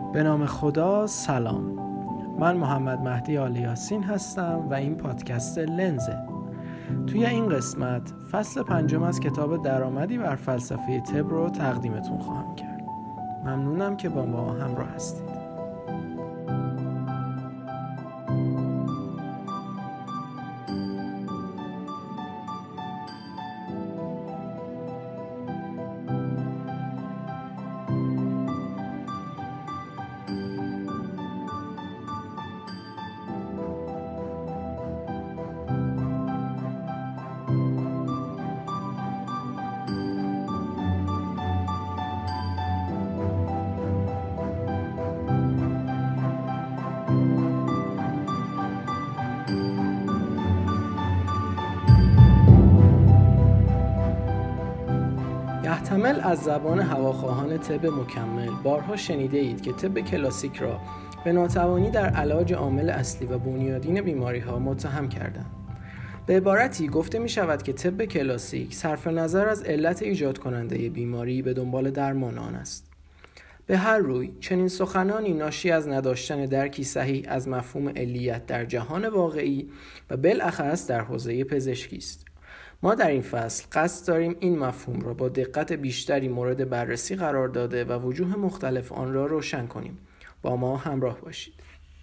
به نام خدا. سلام، من محمد مهدی آلیاسین هستم و این پادکست لنزه. توی این قسمت فصل 5 از کتاب درآمدی بر فلسفه طب رو تقدیمتون خواهم کرد. ممنونم که با ما همراه هستید. یحتمل از زبان هواخواهان طب مکمل بارها شنیده اید که طب کلاسیک را به ناتوانی در علاج عامل اصلی و بنیادین بیماری‌ها متهم کردند. به عبارتی گفته می شود که طب کلاسیک صرف نظر از علت ایجاد کننده بیماری به دنبال درمان آن است. به هر روی چنین سخنانی ناشی از نداشتن درکی صحیح از مفهوم علیت در جهان واقعی و بالاخص در حوزه پزشکی است. ما در این فصل قصد داریم این مفهوم را با دقت بیشتری مورد بررسی قرار داده و وجوه مختلف آن را روشن کنیم. با ما همراه باشید.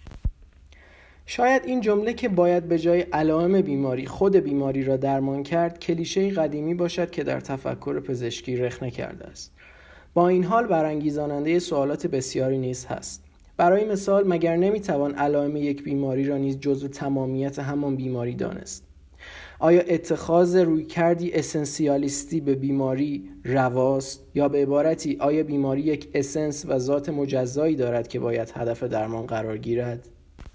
شاید این جمله که باید به جای علائم بیماری خود بیماری را درمان کرد کلیشه قدیمی باشد که در تفکر پزشکی رخنه کرده است. با این حال برانگیزاننده سوالات بسیاری نیز هست. برای مثال مگر نمیتوان علائم یک بیماری را نیز جزو تمامیت همان بیماری دانست؟ آیا اتخاذ رویکردی اسنسیالیستی به بیماری رواست، یا به عبارتی آیا بیماری یک اسنس و ذات مجزایی دارد که باید هدف درمان قرار گیرد؟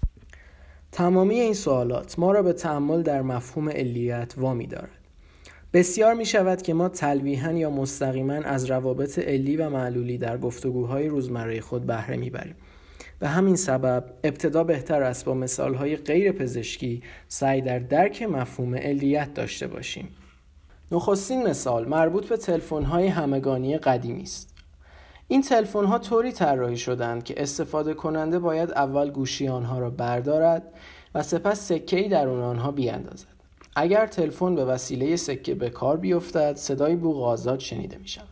تمامی این سوالات ما را به تأمل در مفهوم علیت وامی دارد. بسیار می شود که ما تلویحاً یا مستقیماً از روابط علی و معلولی در گفتگوهای روزمره خود بهره می بریم. به همین سبب ابتدا بهتر است با مثالهای غیر پزشکی سعی در درک مفهوم علیت داشته باشیم. نخستین مثال مربوط به تلفن‌های همگانی قدیمی است. این تلفن‌ها طوری طراحی شدند که استفاده کننده باید اول گوشی آنها را بردارد و سپس سکه‌ای درون آنها بیاندازد. اگر تلفن به وسیله سکه به کار بیفتد، صدای بوق آزاد شنیده می‌شود.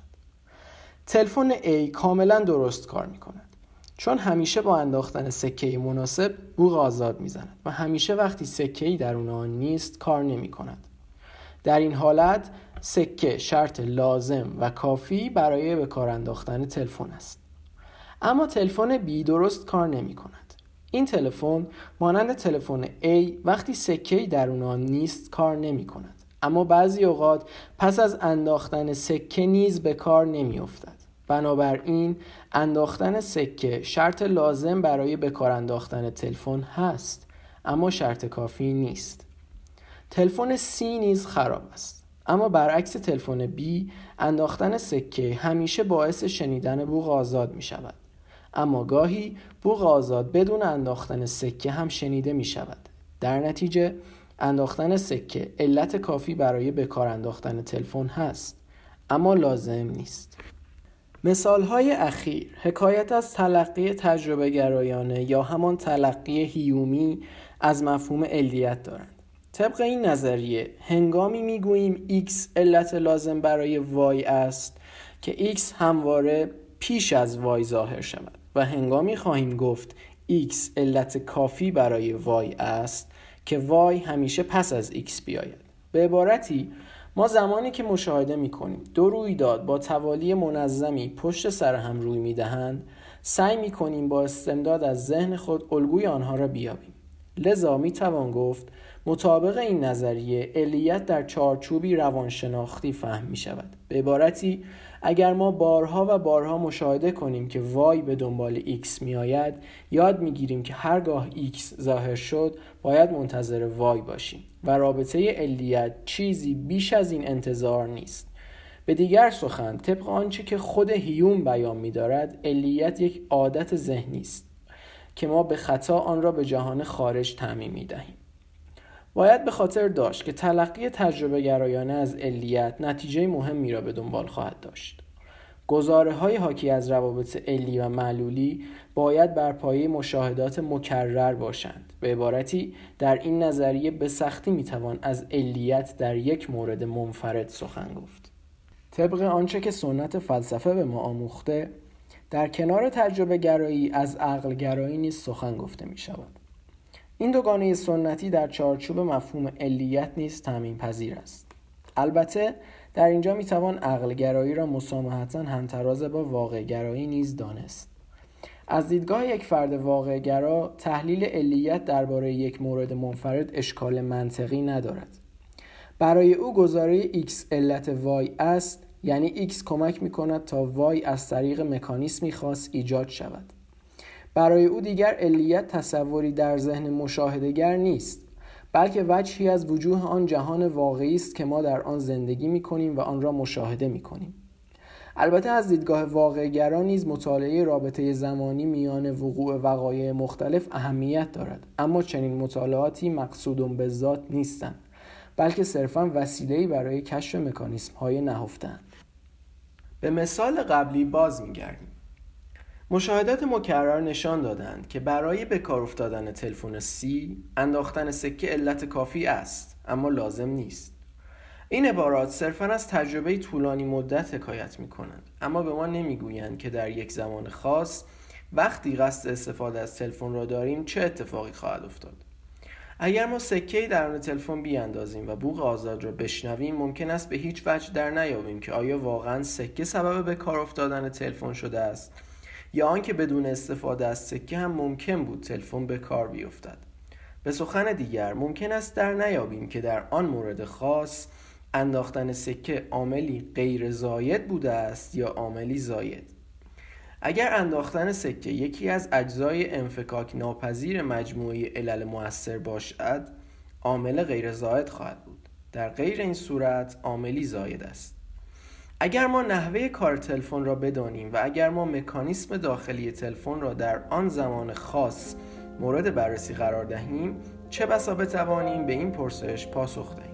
تلفن A کاملاً درست کار می‌کند، چون همیشه با انداختن سکه‌ای مناسب بوق آزاد می‌زند و همیشه وقتی سکه‌ای درون آن نیست کار نمی‌کند. در این حالت سکه شرط لازم و کافی برای به کار انداختن تلفن است. اما تلفن B درست کار نمی‌کند. این تلفن مانند تلفن A وقتی سکه‌ای درون آن نیست کار نمی‌کند، اما بعضی اوقات پس از انداختن سکه نیز به کار نمی‌افتد. بنابراین انداختن سکه شرط لازم برای به کار انداختن تلفن هست، اما شرط کافی نیست. تلفن C نیز خراب است، اما برعکس تلفن B انداختن سکه همیشه باعث شنیدن بوق آزاد می شود، اما گاهی بوق آزاد بدون انداختن سکه هم شنیده می شود. در نتیجه انداختن سکه علت کافی برای به کار انداختن تلفن هست، اما لازم نیست. مثال‌های اخیر حکایت از تلقی تجربه گرایانه یا همان تلقی هیومی از مفهوم علیت دارند. طبق این نظریه هنگامی میگوییم X علت لازم برای Y است که X همواره پیش از Y ظاهر شود و هنگامی خواهیم گفت X علت کافی برای Y است که Y همیشه پس از X بیاید. به عبارتی ما زمانی که مشاهده می‌کنیم دو رویداد با توالی منظمی پشت سر هم روی می‌دهند، سعی می‌کنیم با استمداد از ذهن خود الگوی آنها را بیابیم. لذا می‌توان گفت مطابق این نظریه علیت در چارچوبی روانشناختی فهم می‌شود. به عبارتی اگر ما بارها و بارها مشاهده کنیم که Y به دنبال X می‌آید، یاد می‌گیریم که هرگاه X ظاهر شد باید منتظر Y باشیم و رابطه علیت چیزی بیش از این انتظار نیست. به دیگر سخن طبق آنچه که خود هیوم بیان می‌دارد، علیت یک عادت ذهنی است که ما به خطا آن را به جهان خارج تعمیم می‌دهیم. باید به خاطر داشت که تلقی تجربه گرایانه از علیت نتیجه مهمی را به دنبال خواهد داشت. گزاره‌های حاکی از روابط علی و معلولی باید بر پایه مشاهدات مکرر باشند. به عبارتی در این نظریه به سختی میتوان از علیت در یک مورد منفرد سخن گفت. طبق آنچه که سنت فلسفه به ما آموخته، در کنار تجربه گرایی از عقل گرایی نیز سخن گفته می شود. این دوگانه سنتی در چارچوب مفهوم علیت نیز تامین پذیر است. البته در اینجا می توان عقل گرایی را مسامحتاً همتراز با واقع گرایی نیز دانست. از دیدگاه یک فرد واقع گرا، تحلیل علیت درباره یک مورد منفرد اشکال منطقی ندارد. برای او گزاره x علت y است، یعنی x کمک می کند تا y از طریق مکانیسمی خاص ایجاد شود. برای او دیگر علیت تصوری در ذهن مشاهده‌گر نیست، بلکه وجهی از وجوه آن جهان واقعی است که ما در آن زندگی می کنیم و آن را مشاهده می کنیم. البته از دیدگاه واقع‌گرا نیز مطالعه رابطه زمانی میان وقوع وقایع مختلف اهمیت دارد، اما چنین مطالعاتی مقصود به ذات نیستند، بلکه صرفاً وسیله‌ای برای کشف مکانیسم‌های نهفته‌اند. به مثال قبلی باز می‌گردیم. مشاهدات مکرر نشان دادند که برای به کار افتادن تلفن سی انداختن سکه علت کافی است، اما لازم نیست. این عبارات صرفاً از تجربه طولانی مدت حکایت می‌کنند، اما به ما نمی‌گویند که در یک زمان خاص وقتی قصد استفاده از تلفن را داریم چه اتفاقی خواهد افتاد. اگر ما سکه‌ای درون تلفن بیاندازیم و بوق آزاد را بشنویم، ممکن است به هیچ وجه در نیابیم که آیا واقعاً سکه سبب به کار افتادن تلفن شده است یا آنکه بدون استفاده از سکه هم ممکن بود تلفن به کار بیفتد. به سخن دیگر، ممکن است در نیابیم که در آن مورد خاص انداختن سکه عاملی غیر زاید بوده است یا عاملی زاید. اگر انداختن سکه یکی از اجزای انفکاک ناپذیر مجموعه علل مؤثر باشد، عامل غیر زاید خواهد بود. در غیر این صورت عاملی زاید است. اگر ما نحوه کار تلفن را بدانیم و اگر ما مکانیسم داخلی تلفن را در آن زمان خاص مورد بررسی قرار دهیم، چه بسا بتوانیم به این پرسش پاسخ دهیم.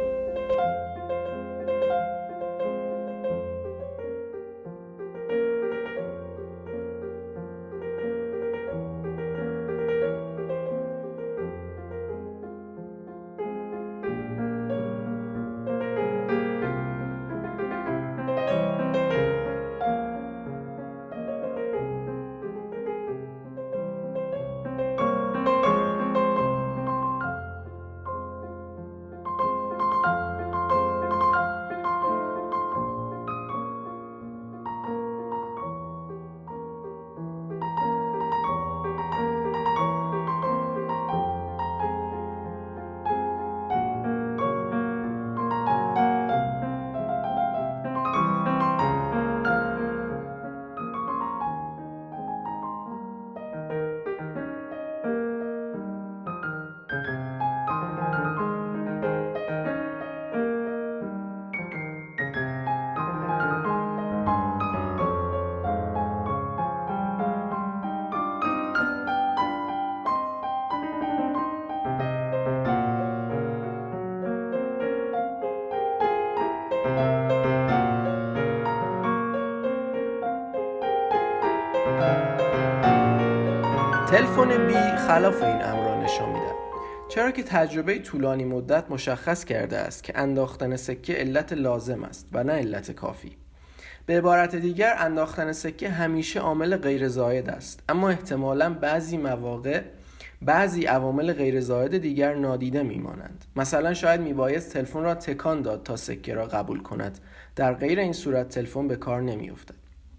تلفن بی خلاف این امر را نشان می‌دهد، چرا که تجربه طولانی مدت مشخص کرده است که انداختن سکه علت لازم است و نه علت کافی. به عبارت دیگر، انداختن سکه همیشه عامل غیر زاید است، اما احتمالاً بعضی مواقع بعضی عوامل غیر زاید دیگر نادیده میمانند. مثلا شاید میبایست تلفن را تکان داد تا سکه را قبول کند، در غیر این صورت تلفن به کار نمیافتد.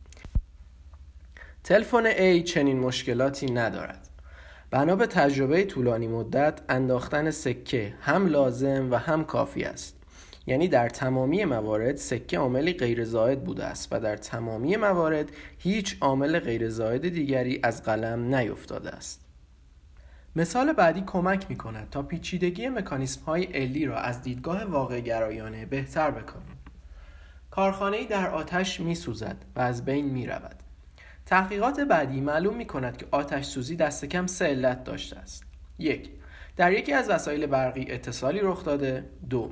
تلفن A چنین مشکلاتی ندارد. بنا به تجربه طولانی مدت، انداختن سکه هم لازم و هم کافی است. یعنی در تمامی موارد سکه عاملی غیر زاید بوده است و در تمامی موارد هیچ عامل غیر زاید دیگری از قلم نیفتاده است. مثال بعدی کمک می‌کند تا پیچیدگی مکانیسم‌های علی را از دیدگاه واقع گرایانه بهتر بکنیم. کارخانه‌ای در آتش می‌سوزد و از بین می‌رود. تحقیقات بعدی معلوم می‌کند که آتش سوزی دست کم 3 علت داشته است. 1. در یکی از وسایل برقی اتصالی رخ داده. 2.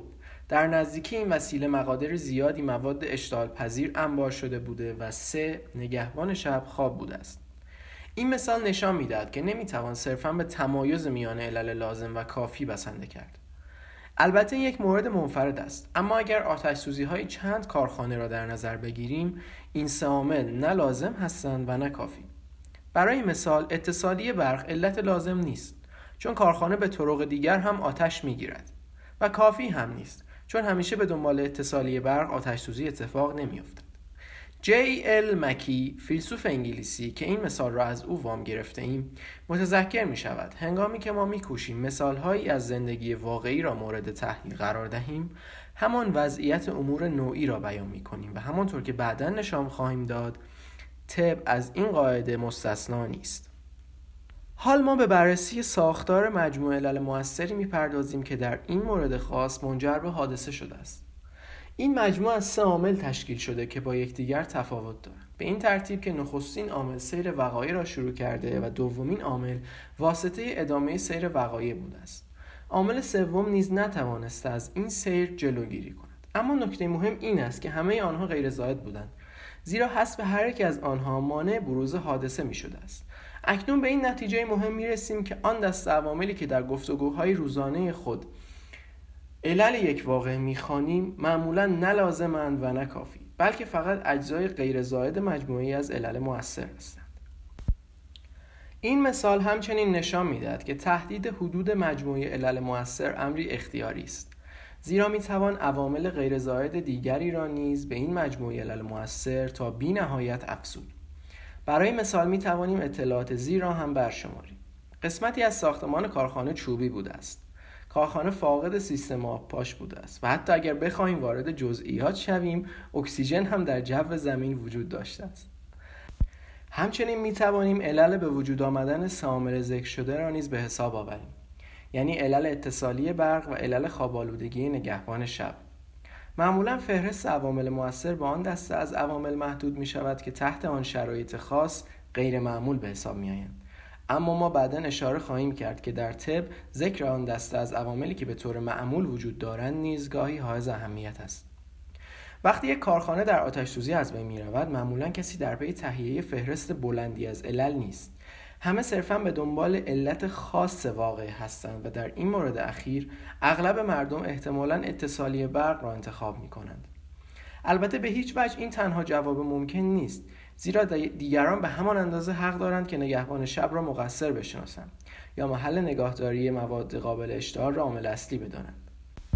در نزدیکی این وسیله مقادیر زیادی مواد اشتعال پذیر انبار شده بوده و 3. نگهبان شب خواب بوده است. این مثال نشان می‌دهد که نمی‌توان صرفاً به تمایز میان علل لازم و کافی بسنده کرد. البته یک مورد منفرد است، اما اگر آتش‌سوزی‌های چند کارخانه را در نظر بگیریم، این 3 عامل نه لازم هستند و نه کافی. برای مثال، اتصالی برق علت لازم نیست، چون کارخانه به طرق دیگر هم آتش می‌گیرد، و کافی هم نیست، چون همیشه به دنبال اتصالی برق آتش‌سوزی اتفاق نمی‌افتد. J.L. مکی، فیلسوف انگلیسی که این مثال را از او وام گرفته ایم، متذکر می شود هنگامی که ما می کوشیم مثالهایی از زندگی واقعی را مورد تحلیل قرار دهیم، همان وضعیت امور نوعی را بیان می کنیم و همانطور که بعداً نشان خواهیم داد، طب از این قاعده مستثنا نیست. حال ما به بررسی ساختار مجموعه علل مؤثری می پردازیم که در این مورد خاص منجر به حادثه شده است. این مجموعه از 3 عامل تشکیل شده که با یکدیگر تفاوت دارند، به این ترتیب که نخستین عامل سیر وقایع را شروع کرده و دومین عامل واسطه ادامه سیر وقایع بوده است. عامل سوم نیز نتوانسته از این سیر جلوگیری کند. اما نکته مهم این است که همه آنها غیر زائد بودند، زیرا حذف هر یک از آنها مانع بروز حادثه می شده است. اکنون به این نتیجه مهم می رسیم که آن دسته عواملی که در گفتگوهای روزانه خود علل یک واقعه می‌خوانیم معمولاً نه لازمند و نه کافی، بلکه فقط اجزای غیر زائد مجموعه‌ای از علل مؤثر هستند. این مثال همچنین نشان می‌دهد که تحدید حدود مجموعه علل مؤثر امری اختیاری است، زیرا می‌توان عوامل غیر زائد دیگری را نیز به این مجموعه علل مؤثر تا بی‌نهایت افزود. برای مثال می‌توانیم اطلاعات زیر را هم برشماریم. قسمتی از ساختمان کارخانه چوبی بوده است. کارخانه فاقد سیستم آبپاش بوده است و حتی اگر بخواهیم وارد جزئیات شویم، اکسیژن هم در جو زمین وجود داشته است. همچنین میتوانیم علل به وجود آمدن 3 عامل ذکر شده را نیز به حساب آوریم، یعنی علل اتصالی برق و علل خواب‌آلودگی نگهبان شب. معمولا فهرست عوامل مؤثر به آن دسته از عوامل محدود می شود که تحت آن شرایط خاص غیر معمول به حساب می آیند. اما ما بعداً اشاره خواهیم کرد که در طب ذکر آن دسته از عواملی که به طور معمول وجود دارند نیز گاهی حائز اهمیت است. وقتی یک کارخانه در آتش‌سوزی از بین می‌رود، معمولاً کسی در پی تهیه فهرست بلندی از علل نیست. همه صرفاً به دنبال علت خاص واقعه هستند و در این مورد اخیر اغلب مردم احتمالاً اتصالی برق را انتخاب می‌کنند. البته به هیچ وجه این تنها جواب ممکن نیست، زیرا دیگران به همان اندازه حق دارند که نگهبان شب را مقصر بشناسند یا محل نگهداری مواد قابل اشتعال را عامل اصلی بدانند.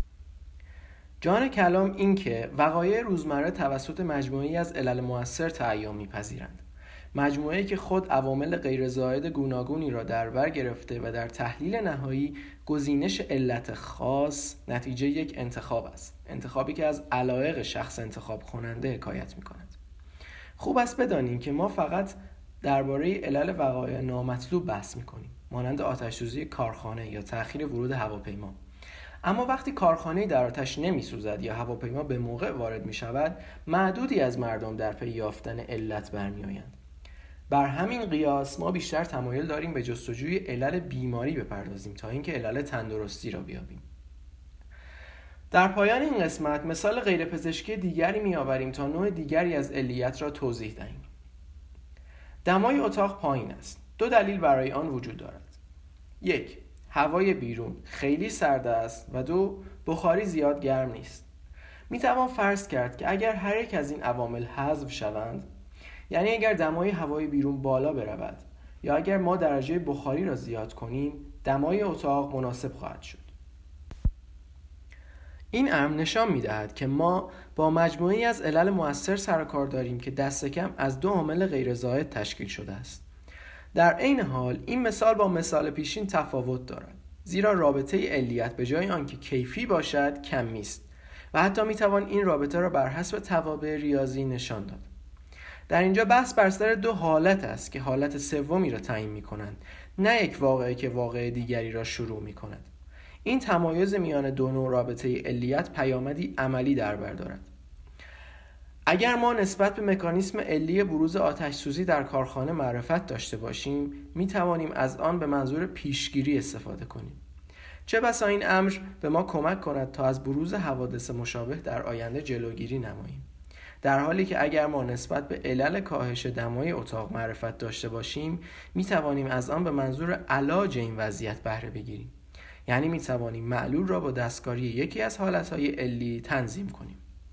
جان کلام این که وقایع روزمره توسط مجموعه‌ای از علل مؤثر تعیین می‌پذیرند، مجموعه‌ای که خود عوامل غیر زائد گوناگونی را در بر گرفته و در تحلیل نهایی گزینش علت خاص نتیجه یک انتخاب است، انتخابی که از علایق شخص انتخاب کننده حکایت می‌کند. خوب است بدانیم که ما فقط درباره علل وقایع نامطلوب بحث می‌کنیم، مانند آتش‌سوزی کارخانه یا تأخیر ورود هواپیما. اما وقتی کارخانه‌ای در آتش نمی‌سوزد یا هواپیما به موقع وارد می‌شود، معدودی از مردم در پی یافتن علت برمی‌آیند. بر همین قیاس ما بیشتر تمایل داریم به جستجوی علل بیماری بپردازیم تا اینکه علل تندرستی را بیابیم. در پایان این قسمت مثال غیرپزشکی دیگری می‌آوریم تا نوع دیگری از علیت را توضیح دهیم. دمای اتاق پایین است. 2 دلیل برای آن وجود دارد. 1. هوای بیرون خیلی سرد است و 2. بخاری زیاد گرم نیست. می‌توان فرض کرد که اگر هر یک از این عوامل حذف شوند، یعنی اگر دمای هوای بیرون بالا برود یا اگر ما درجه بخاری را زیاد کنیم، دمای اتاق مناسب خواهد شد. این امر نشان می‌دهد که ما با مجموعه‌ای از علل مؤثر سر و کار داریم که دست کم از 2 عامل غیر زائد تشکیل شده است. در عین حال این مثال با مثال پیشین تفاوت دارد، زیرا رابطه علیت به جای آنکه کیفی باشد کمی است و حتی می‌توان این رابطه را بر حسب توابع ریاضی نشان داد. در اینجا بحث بر سر 2 حالت است که حالت سومی را تعیین می‌کنند، نه یک واقعه که واقعه دیگری را شروع می‌کند. این تمایز میان 2 نوع رابطه علیت پیامدی عملی در بر دارد. اگر ما نسبت به مکانیسم علی بروز آتش سوزی در کارخانه معرفت داشته باشیم، می توانیم از آن به منظور پیشگیری استفاده کنیم. چه بسا این امر به ما کمک کند تا از بروز حوادث مشابه در آینده جلوگیری نماییم، در حالی که اگر ما نسبت به علل کاهش دمای اتاق معرفت داشته باشیم می توانیم از آن به منظور علاج این وضعیت بهره بگیریم. یعنی می توانیم معلول را با دستکاری یکی از حالتهای علی تنظیم کنیم.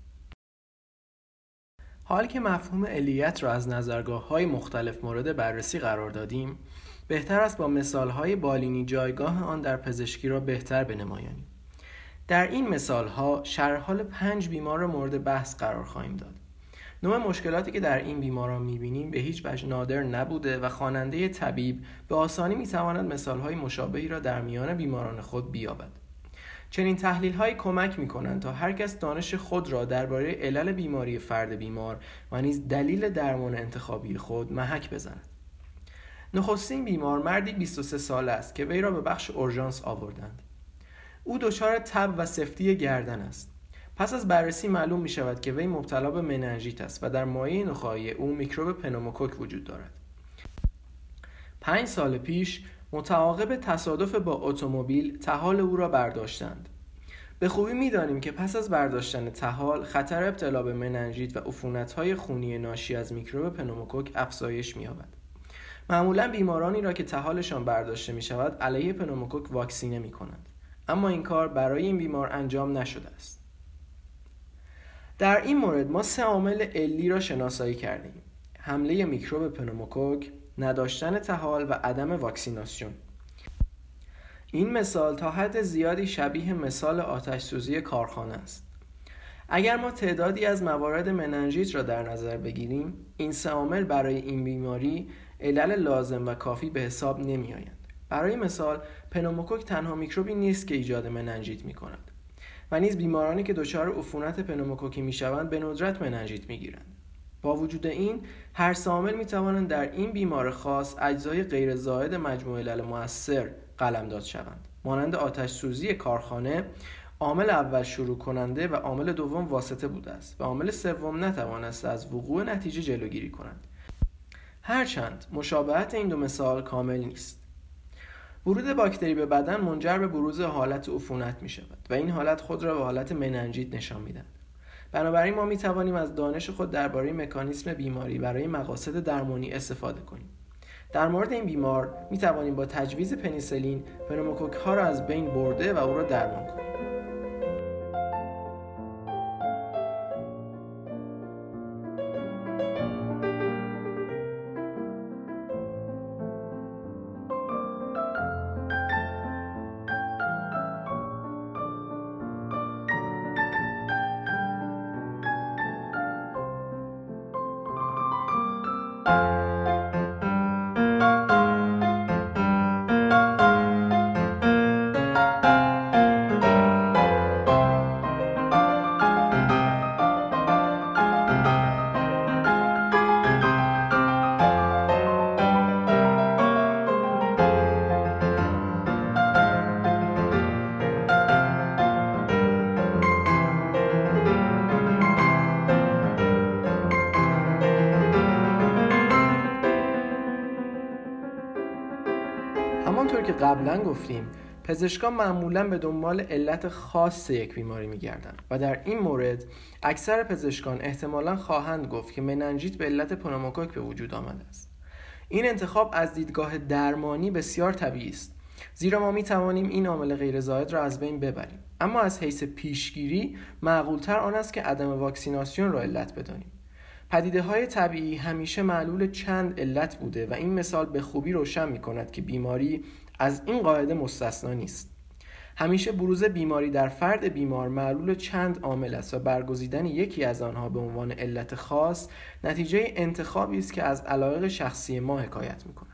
حال که مفهوم علیت را از نظرگاه‌های مختلف مورد بررسی قرار دادیم، بهتر است با مثال‌های بالینی جایگاه آن در پزشکی را بهتر بنمایانیم. در این مثال‌ها شرح حال 5 بیمار مورد بحث قرار خواهیم داد. نوع مشکلاتی که در این بیماران می‌بینیم به هیچ وجه نادر نبوده و خواننده طبیب به آسانی می‌تواند مثال‌های مشابهی را در میان بیماران خود بیابد. چنین تحلیل‌هایی کمک می‌کنند تا هر کس دانش خود را درباره علل بیماری فرد بیمار و نیز دلیل درمان انتخابی خود محک بزند. نخستین بیمار مردی 23 ساله است که وی را به بخش اورژانس آوردند. او دچار تب و سفتی گردن است. پس از بررسی معلوم می شود که وی مبتلا به مننژیت است و در مایع نخاعی او میکروب پنوموکوک وجود دارد. 5 سال پیش متعاقب تصادف با اتومبیل طحال او را برداشتند. به خوبی می‌دانیم که پس از برداشتن طحال خطر ابتلا به مننژیت و عفونت‌های خونی ناشی از میکروب پنوموکوک افزایش می‌یابد. معمولاً بیمارانی را که طحالشان برداشته می‌شود علیه پنوموکوک واکسینه می‌کنند، اما این کار برای این بیمار انجام نشده است. در این مورد ما 3 عامل علی را شناسایی کردیم: حمله میکروب پنوموکوک، نداشتن طحال و عدم واکسیناسیون. این مثال تا حد زیادی شبیه مثال آتش‌سوزی کارخانه است. اگر ما تعدادی از موارد مننژیت را در نظر بگیریم، این 3 عامل برای این بیماری علل لازم و کافی به حساب نمی‌آیند. برای مثال، پنوموکوک تنها میکروبی نیست که ایجاد مننژیت می‌کند و نیز بیمارانی که دچار عفونت پنوموکوکی می‌شوند به ندرت مننژیت می‌گیرند. با وجود این، هر 3 عامل می‌توانند در این بیمار خاص اجزای غیر زائد مجموع علل مؤثر قلمداد شوند، مانند آتش سوزی کارخانه. عامل اول شروع کننده و عامل دوم واسطه بوده است و عامل سوم نتوانسته از وقوع نتیجه جلوگیری کند. هرچند مشابهت این 2 مثال کامل نیست. ورود باکتری به بدن منجر به بروز حالت عفونت می شود و این حالت خود را به حالت مننژیت نشان می دهد. بنابراین ما می توانیم از دانش خود درباره مکانیسم بیماری برای مقاصد درمانی استفاده کنیم. در مورد این بیمار می توانیم با تجویز پنیسیلین پنوموکوک ها را از بین برده و او را درمان کنیم. همانطور که قبلا گفتیم، پزشکان معمولاً به دنبال علت خاص یک بیماری می‌گردند و در این مورد اکثر پزشکان احتمالاً خواهند گفت که مننژیت به علت پنوموکوک به وجود آمده است. این انتخاب از دیدگاه درمانی بسیار طبیعی است، زیرا ما می‌توانیم این عامل غیر زائد را از بین ببریم. اما از حیث پیشگیری معقول‌تر آن است که عدم واکسیناسیون را علت بدانیم. پدیده‌های طبیعی همیشه معلول چند علت بوده و این مثال به خوبی روشن می‌کند که بیماری از این قاعده مستثنا نیست. همیشه بروز بیماری در فرد بیمار معلول چند عامل است و برگزیدن یکی از آنها به عنوان علت خاص نتیجه انتخابی است که از علایق شخصی ما حکایت می‌کند.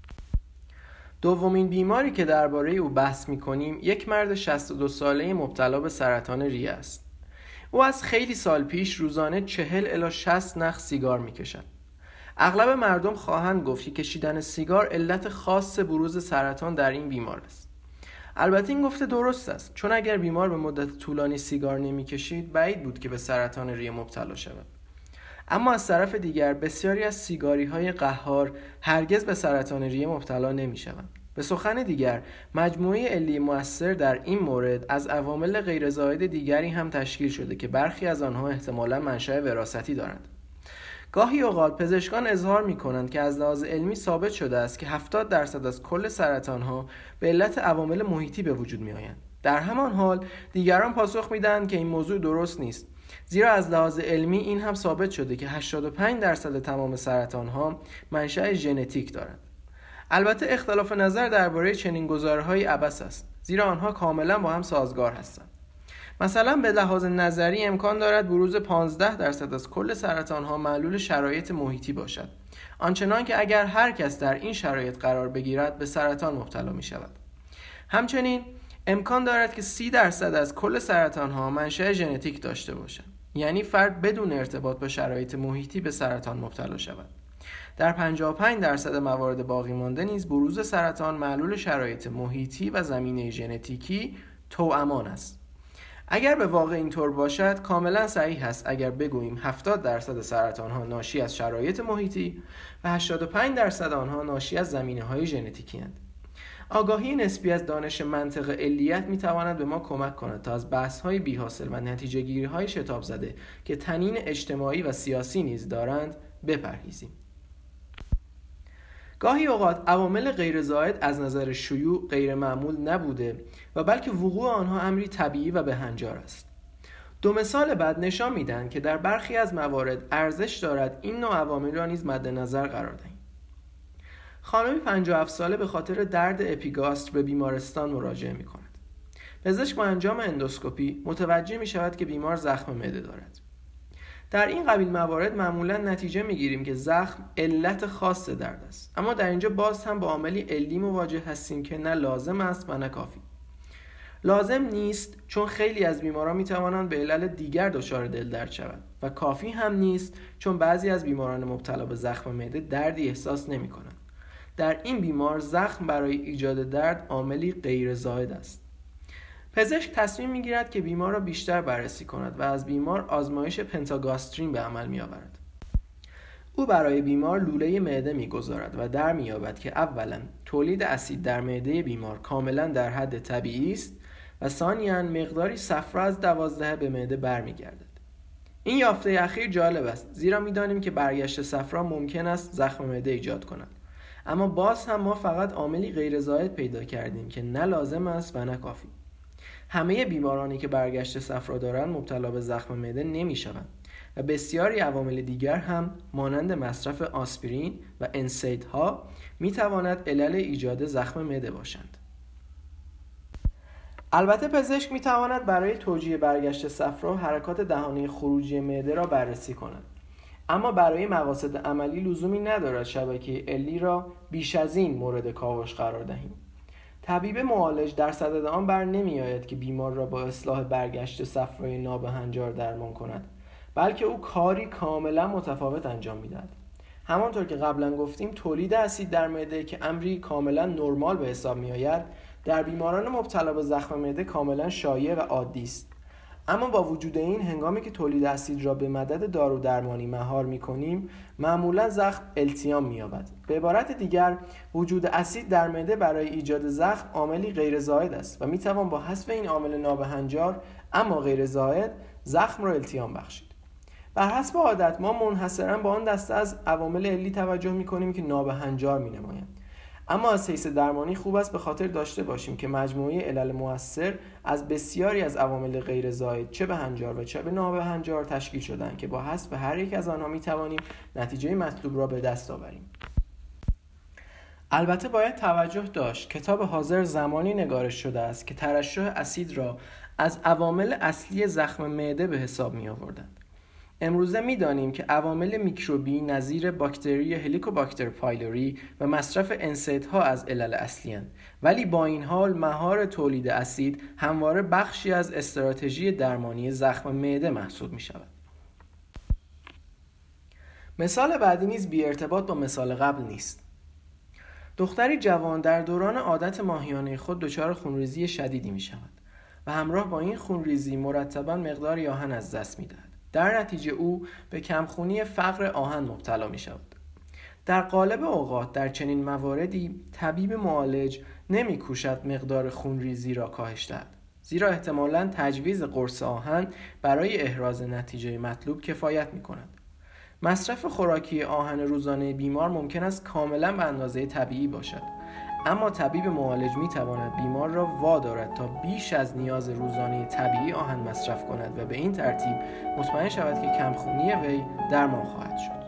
دومین بیماری که درباره او بحث می‌کنیم یک مرد 62 ساله مبتلا به سرطان ریه است. او از خیلی سال پیش روزانه 40 الی 60 نخ سیگار می‌کشد. اغلب مردم خواهند گفت که کشیدن سیگار علت خاص بروز سرطان در این بیمار است. البته این گفته درست است، چون اگر بیمار به مدت طولانی سیگار نمی‌کشید بعید بود که به سرطان ریه مبتلا شود. اما از طرف دیگر بسیاری از سیگاری‌های قهار هرگز به سرطان ریه مبتلا نمی‌شوند. به سخن دیگر، مجموعه علی مؤثر در این مورد از عوامل غیرزائد دیگری هم تشکیل شده که برخی از آنها احتمالاً منشأ وراثتی دارند. گاهی اوقات پزشکان اظهار می‌کنند که از لحاظ علمی ثابت شده است که 70% از کل سرطان‌ها به علت عوامل محیطی به وجود می‌آیند. در همان حال دیگران پاسخ می‌دهند که این موضوع درست نیست، زیرا از لحاظ علمی این هم ثابت شده که 85% تمام سرطان‌ها منشأ ژنتیک دارند. البته اختلاف نظر درباره چنین گزاره‌هایی عبث است، زیرا آنها کاملا با هم سازگار هستند. مثلا به لحاظ نظری امکان دارد بروز 15% از کل سرطان‌ها معلول شرایط محیطی باشد، آنچنان که اگر هر کس در این شرایط قرار بگیرد به سرطان مبتلا می‌شود. همچنین امکان دارد که 30% از کل سرطان‌ها منشأ ژنتیک داشته باشد، یعنی فرد بدون ارتباط با شرایط محیطی به سرطان مبتلا شود. در 55% موارد باقی مانده نیز بروز سرطان معلول شرایط محیطی و زمینه ژنتیکی توامان است. اگر به واقع اینطور باشد کاملا صحیح است اگر بگوییم 70% سرطان‌ها ناشی از شرایط محیطی و 85% آنها ناشی از زمینه‌های ژنتیکی اند. آگاهی نسبی از دانش منطق علیت می‌تواند به ما کمک کند تا از بحث‌های بی‌حاصل و نتیجه‌گیری‌های شتاب زده که طنین اجتماعی و سیاسی نیز دارند بپرهیزیم. گاهی اوقات عوامل غیرزائد از نظر شیوع غیر معمول نبوده و بلکه وقوع آنها امری طبیعی و بهنجار است. دو مثال بعد نشان میدن که در برخی از موارد ارزش دارد این نوع عوامل را نیز مد نظر قرار دهیم. خانمی 57 ساله به خاطر درد اپیگاستر به بیمارستان مراجعه می کند. پزشک با انجام اندوسکوپی متوجه می شود که بیمار زخم معده دارد. در این قبیل موارد معمولا نتیجه میگیریم که زخم علت خاص درد است، اما در اینجا باز هم با عاملی علی مواجه هستیم که نه لازم است و نه کافی. لازم نیست چون خیلی از بیماران میتوانند به علل دیگر دچار دلدرد شوند و کافی هم نیست چون بعضی از بیماران مبتلا به زخم معده دردی احساس نمی‌کنند. در این بیمار زخم برای ایجاد درد عاملی غیر زائد است. پزشک تصمیم میگیرد که بیمار را بیشتر بررسی کند و از بیمار آزمایش پنتاگاسترین به عمل میآورد. او برای بیمار لوله معده میگذارد و در مییابد که اولا تولید اسید در معده بیمار کاملا در حد طبیعی است و ثانیاً مقداری صفرا از 12 به معده برمیگردد. این یافته اخیر جالب است، زیرا میدانیم که برگشت صفرا ممکن است زخم معده ایجاد کند، اما باز هم ما فقط عاملی غیر زائد پیدا کردیم که نه لازم است و نه کافی. همه بیمارانی که برگشت صفرا دارند مبتلا به زخم معده نمی‌شوند و بسیاری عوامل دیگر هم مانند مصرف آسپرین و انسیدها می‌تواند علل ایجاد زخم معده باشند. البته پزشک می‌تواند برای توجیه برگشت صفرا حرکات دهانه خروجی معده را بررسی کند، اما برای مقاصد عملی لزومی ندارد شبکه علی را بیش از این مورد کاوش قرار دهیم. طبیب معالج در صدد آن بر نمی آید که بیمار را با اصلاح برگشت صفرای نابهنجار درمان کند، بلکه او کاری کاملا متفاوت انجام می‌دهد. همانطور که قبلا گفتیم تولید اسید در معده که امری کاملا نرمال به حساب می آید در بیماران مبتلا به زخم معده کاملا شایع و عادی است. اما با وجود این هنگامی که تولید اسید را به مدد دارو درمانی مهار می‌کنیم معمولا زخم التیام می‌یابد. به عبارت دیگر وجود اسید در معده برای ایجاد زخم عاملی غیر زائد است و می‌توان با حذف این عامل نابهنجار اما غیر زائد زخم را التیام بخشید. بر حسب عادت ما منحصراً با آن دسته از عوامل علی توجه می‌کنیم که نابهنجار می‌نمایند، اما از حیث درمانی خوب است به خاطر داشته باشیم که مجموعه علل مؤثر از بسیاری از عوامل غیر زائد چه بهنجار و چه به نابهنجار تشکیل شدند که با حذف هر یک از آنها می‌توانیم نتیجه مطلوب را به دست آوریم. البته باید توجه داشت کتاب حاضر زمانی نگارش شده است که ترشح اسید را از عوامل اصلی زخم معده به حساب می‌آوردند. امروزه می‌دانیم که عوامل میکروبی نظیر باکتری هلیکوباکتر پایلوری و مصرف انسیدها از علل اصلی اند، ولی با این حال مهار تولید اسید همواره بخشی از استراتژی درمانی زخم معده محسوب می‌شود. مثال بعدی نیز بی ارتباط با مثال قبل نیست. دختری جوان در دوران عادت ماهیانه خود دچار خونریزی شدیدی می‌شود و همراه با این خونریزی مرتباً مقداری آهن از دست می‌دهد. در نتیجه او به کمخونی فقر آهن مبتلا می شود. در قالب اوقات در چنین مواردی طبیب معالج نمی‌کوشد مقدار خونریزی را کاهش دهد، زیرا احتمالاً تجویز قرص آهن برای احراز نتیجه مطلوب کفایت می‌کند. مصرف خوراکی آهن روزانه بیمار ممکن است کاملاً به اندازه طبیعی باشد، اما طبیب معالج می‌تواند بیمار را وادارد تا بیش از نیاز روزانه طبیعی آهن مصرف کند و به این ترتیب مطمئن شود که کمخونی وی درمان خواهد شد.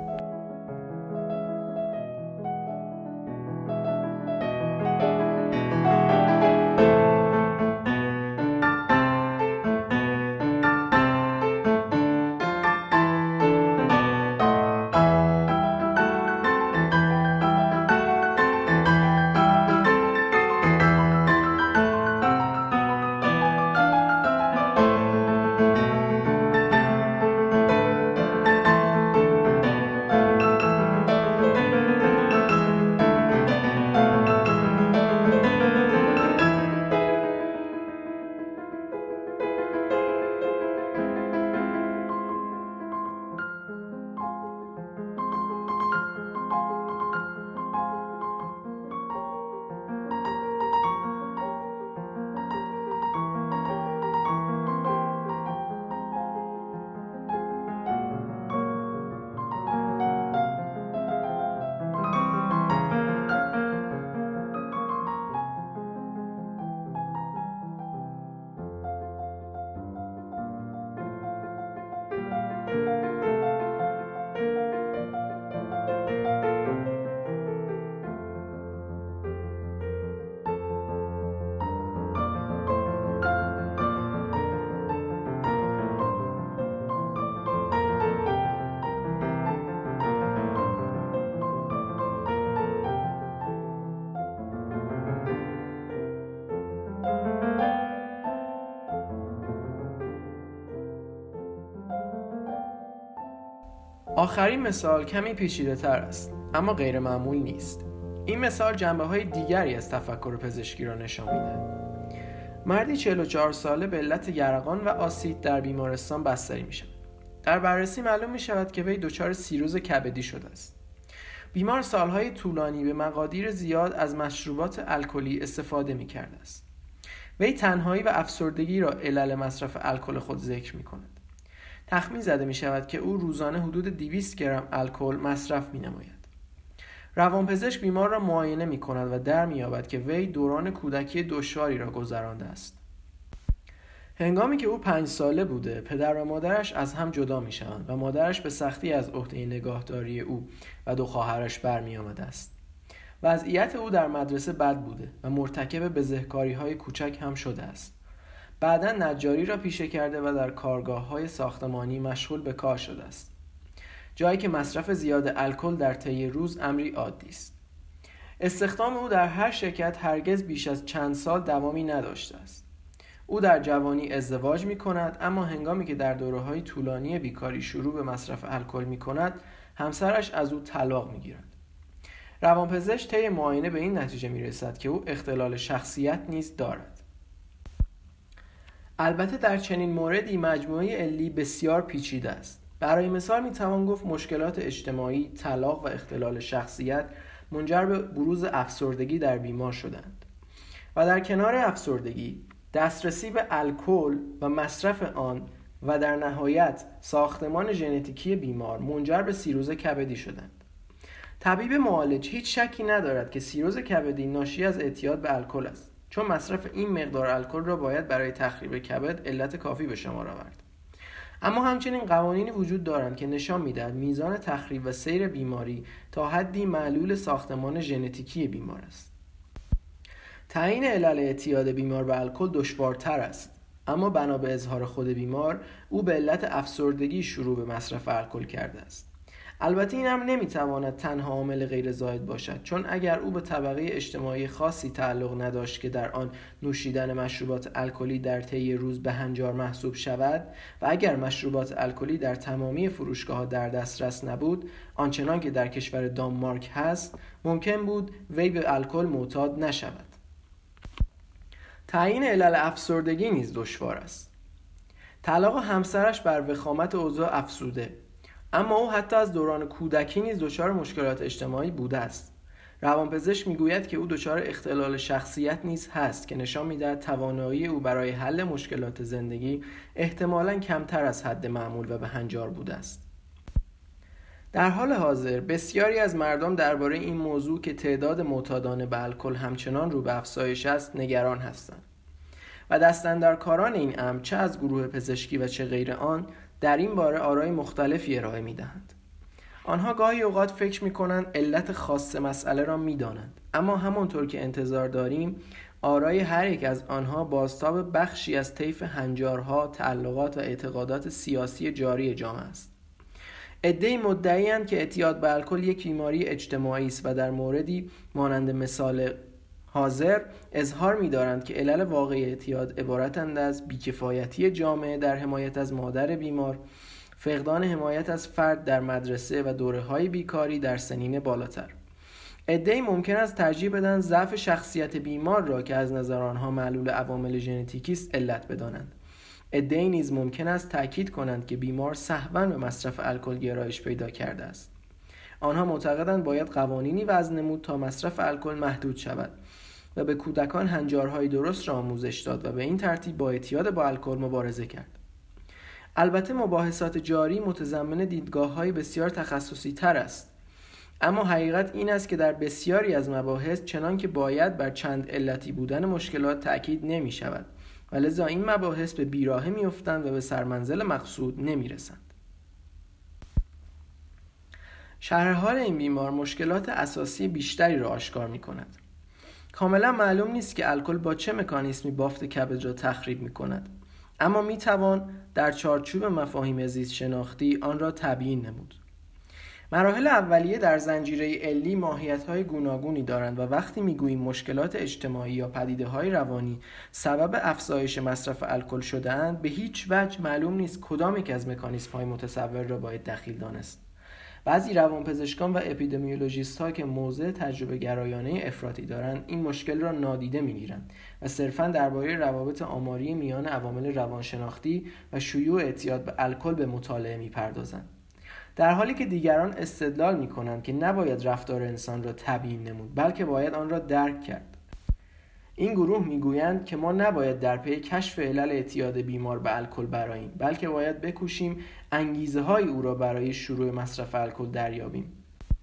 آخرین مثال کمی پیچیده‌تر است، اما غیر معمول نیست. این مثال جنبه‌های دیگری از تفکر پزشکی را نشان می‌دهد. مردی 44 ساله به علت یرقان و آسید در بیمارستان بستری می‌شود. در بررسی معلوم می‌شود که وی دچار سیروز کبدی شده است. بیمار سالهای طولانی به مقادیر زیاد از مشروبات الکلی استفاده می‌کرده است. وی تنهایی و افسردگی را علل مصرف الکل خود ذکر می‌کند. تخمین زده می شود که او روزانه حدود 200 گرم الکل مصرف می نماید. روانپزشک بیمار را معاینه می کند و در می یابد که وی دوران کودکی دشواری را گذرانده است. هنگامی که او 5 ساله بوده، پدر و مادرش از هم جدا می شوند و مادرش به سختی از عهده نگاهداری او و 2 خواهرش برمی آمده است. وضعیت او در مدرسه بد بوده و مرتکب بزهکاری‌های کوچک هم شده است. بعداً نجاری را پیشه کرده و در کارگاه‌های ساختمانی مشغول به کار شده است، جایی که مصرف زیاد الکل در طی روز امری عادی است. استخدام او در هر شرکت هرگز بیش از چند سال دوامی نداشته است. او در جوانی ازدواج می‌کند، اما هنگامی که در دوره‌های طولانی بیکاری شروع به مصرف الکل می‌کند، همسرش از او طلاق می‌گیرد. روانپزشک طی معاینه به این نتیجه می‌رسد که او اختلال شخصیت نیز دارد. البته در چنین موردی مجموعه علی بسیار پیچیده است. برای مثال میتوان گفت مشکلات اجتماعی، طلاق و اختلال شخصیت منجر به بروز افسردگی در بیمار شدند. و در کنار افسردگی، دسترسی به الکل و مصرف آن و در نهایت ساختمان ژنتیکی بیمار منجر به سیروز کبدی شدند. طبیب معالج هیچ شکی ندارد که سیروز کبدی ناشی از اعتیاد به الکل است، چون مصرف این مقدار الکل را باید برای تخریب کبد علت کافی به شمار آورد. اما همچنین قوانینی وجود دارند که نشان می‌دهد میزان تخریب و سیر بیماری تا حدی معلول ساختمان ژنتیکی بیمار است. تعیین علل اعتیاد بیمار به الکل دشوارتر است، اما بنا به اظهار خود بیمار، او به علت افسردگی شروع به مصرف الکل کرده است. البته این امر نمیتواند تنها عامل غیر زائد باشد، چون اگر او به طبقه اجتماعی خاصی تعلق نداشت که در آن نوشیدن مشروبات الکلی در طی روز به هنجار محسوب شود و اگر مشروبات الکلی در تمامی فروشگاه‌ها در دسترس نبود، آنچنان که در کشور دانمارک هست، ممکن بود وی به الکل معتاد نشود. تعیین علل افسردگی نیز دشوار است. طلاق همسرش بر وخامت اوضاع افزوده. اما او حتی از دوران کودکی نیز دچار مشکلات اجتماعی بوده است. روانپزشک میگوید که او دچار اختلال شخصیت نیز هست که نشان می‌دهد توانایی او برای حل مشکلات زندگی احتمالاً کمتر از حد معمول و به هنجار بوده است. در حال حاضر بسیاری از مردم درباره این موضوع که تعداد معتادان به الکل همچنان رو به افزایش است نگران هستند و دستاندرکاران این امر چه از گروه پزشکی و چه غیر آن در این باره آرای مختلفی ارائه می‌دهند. آنها گاهی اوقات فکر می‌کنند علت خاص مسئله را می‌دانند، اما همانطور که انتظار داریم آرای هر یک از آنها بازتاب بخشی از طیف هنجارها، تعلقات و اعتقادات سیاسی جاری جامعه است. عده‌ای مدعی‌اند که اعتیاد به الکل یک بیماری اجتماعی است و در موردی مانند مثال حاضر اظهار می‌دارند که علل واقعی اعتیاد عبارتند از بی‌کفایتی جامعه در حمایت از مادر بیمار، فقدان حمایت از فرد در مدرسه و دوره‌های بیکاری در سنین بالاتر. عده‌ای ممکن است ترجیح بدن ضعف شخصیت بیمار را که از نظر آنها معلول عوامل ژنتیکی است علت بدانند. عده‌ای نیز ممکن است تأکید کنند که بیمار سهواً به مصرف الکل گرایش پیدا کرده است. آنها معتقدند باید قوانینی وضع نمود تا مصرف الکل محدود شود و به کودکان هنجارهای درست را آموزش داد و به این ترتیب با اعتیاد با الکل مبارزه کرد. البته مباحثات جاری متضمن دیدگاه‌های بسیار تخصصی تر است، اما حقیقت این است که در بسیاری از مباحث چنان که باید بر چند علتی بودن مشکلات تأکید نمی شود و لذا این مباحث به بیراهه می افتند و به سرمنزل مقصود نمی رسند. شرح حال این بیمار مشکلات اساسی بیشتری را آشکار می کند. کاملا معلوم نیست که الکل با چه مکانیزمی بافت کبد را تخریب می کند، اما می توان در چارچوب مفاهیم زیست شناختی آن را تبیین نمود. مراحل اولیه در زنجیره علی ماهیت‌های گوناگونی دارند و وقتی می‌گوییم مشکلات اجتماعی یا پدیده‌های روانی سبب افزایش مصرف الکل شده‌اند، به هیچ وجه معلوم نیست کدام یک از مکانیزم‌های متصور را باید دخیل دانست. بعضی روانپزشکان و اپیدمیولوژیست‌ها که موضع تجربه گرایانه افراطی دارند این مشکل را نادیده می‌گیرند و صرفاً درباره روابط آماری میان عوامل روانشناختی و شیوع اعتیاد به الکل به مطالعه می‌پردازند، در حالی که دیگران استدلال می‌کنند که نباید رفتار انسان را تبیین نمود بلکه باید آن را درک کرد. این گروه میگویند که ما نباید در پی کشف علل اعتیاد بیمار به الکل برآییم بلکه باید بکوشیم انگیزه‌های او را برای شروع مصرف الکل دریابیم.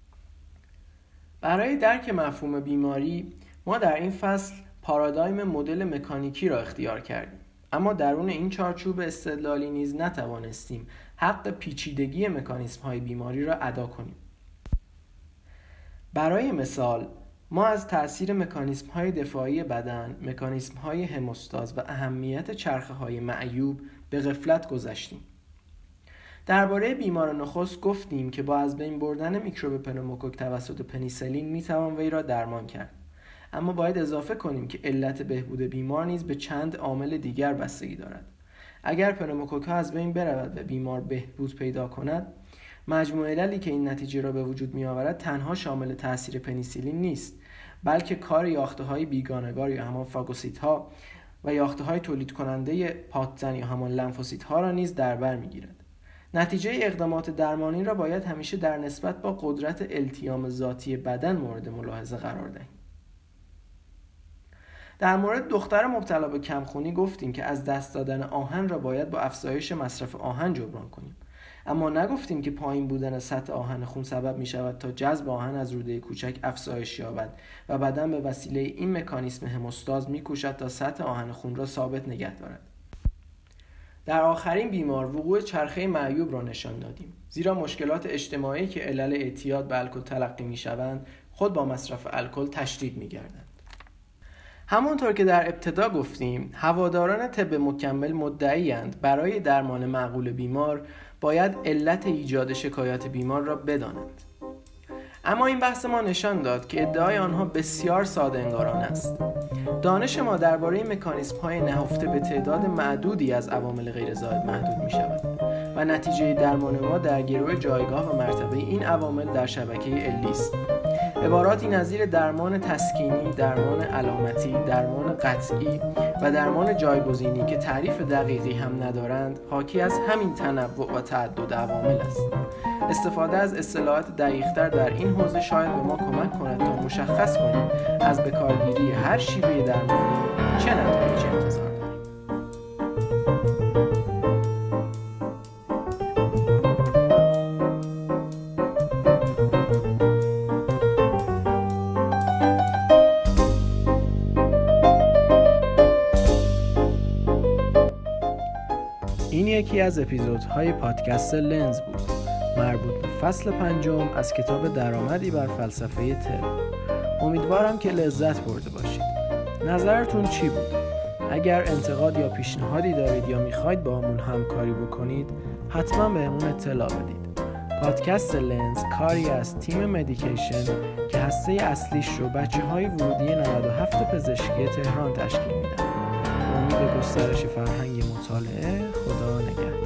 برای درک مفهوم بیماری ما در این فصل پارادایم مدل مکانیکی را اختیار کردیم، اما درون این چارچوب استدلالی نیز نتوانستیم حق پیچیدگی مکانیزم‌های بیماری را ادا کنیم. برای مثال ما از تأثیر مکانیزم‌های دفاعی بدن، مکانیزم‌های هموستاز و اهمیت چرخه‌های معیوب به غفلت گذشتیم. درباره بیمار نخست گفتیم که با از بین بردن میکروب پنوموکوک توسط پنیسیلین میتوان وی را درمان کرد، اما باید اضافه کنیم که علت بهبود بیمار نیز به چند عامل دیگر بستگی دارد. اگر پنوموکوک ها از بین برود و بیمار بهبود پیدا کند، مجموع عللی که این نتیجه را به وجود می آورد تنها شامل تأثیر پنیسیلین نیست، بلکه کار یافته‌های بیگانگار یا همان فاگوسیت‌ها و یافته‌های تولید کننده پاتزن یا همان لنفوسیت‌ها را نیز در بر می‌گیرد. نتیجه اقدامات درمانی را باید همیشه در نسبت با قدرت التیام ذاتی بدن مورد ملاحظه قرار دهیم. در مورد دختر مبتلا به کمخونی گفتیم که از دست دادن آهن را باید با افزایش مصرف آهن جبران کنیم، اما نگفتیم که پایین بودن سطح آهن خون سبب می شود تا جذب آهن از روده کوچک افزایش یابد و بدن به وسیله این مکانیسم هموستاز می کوشد تا سطح آهن خون را ثابت نگه دارد. در آخرین بیمار وقوع چرخه معیوب را نشان دادیم، زیرا مشکلات اجتماعی که علل اعتیاد به الکل تلقی می شوند خود با مصرف الکل تشدید می گردند. همانطور که در ابتدا گفتیم، هواداران طب مکمل مدعی‌اند برای درمان معقول بیمار باید علت ایجاد شکایت بیمار را بدانند. اما این بحث ما نشان داد که ادعای آنها بسیار ساده انگارانه است. دانش ما درباره مکانیزم‌های نهفته به تعداد معدودی از عوامل غیر زائد محدود می‌شود و نتیجه درمان ما در گرو جایگاه و مرتبه این عوامل در شبکه علی است. عباراتی نظیر درمان تسکینی، درمان علامتی، درمان قطعی و درمان جایگزینی که تعریف دقیقی هم ندارند، حاکی از همین تنوع و تعدد عوامل است. استفاده از اصطلاحات دقیق‌تر در این حوزه شاید به ما کمک کند تا مشخص کنیم از بکارگیری هر شیوه درمانی چه نتایجی انتظار داریم. این یکی از اپیزودهای پادکست لنز بود، مربوط به فصل 5 از کتاب درآمدی بر فلسفه طب. امیدوارم که لذت برده باشید. نظرتون چی بود؟ اگر انتقاد یا پیشنهادی دارید یا میخواید با همون همکاری بکنید، حتما بهمون اطلاع بدید. پادکست لنز کاری از تیم مدیکیشن که هسته اصلیش رو بچه‌های ورودی 97 پزشکی تهران تشکیل میدن. امید گسترش فرهنگ مطالعه. خدا نگهدار.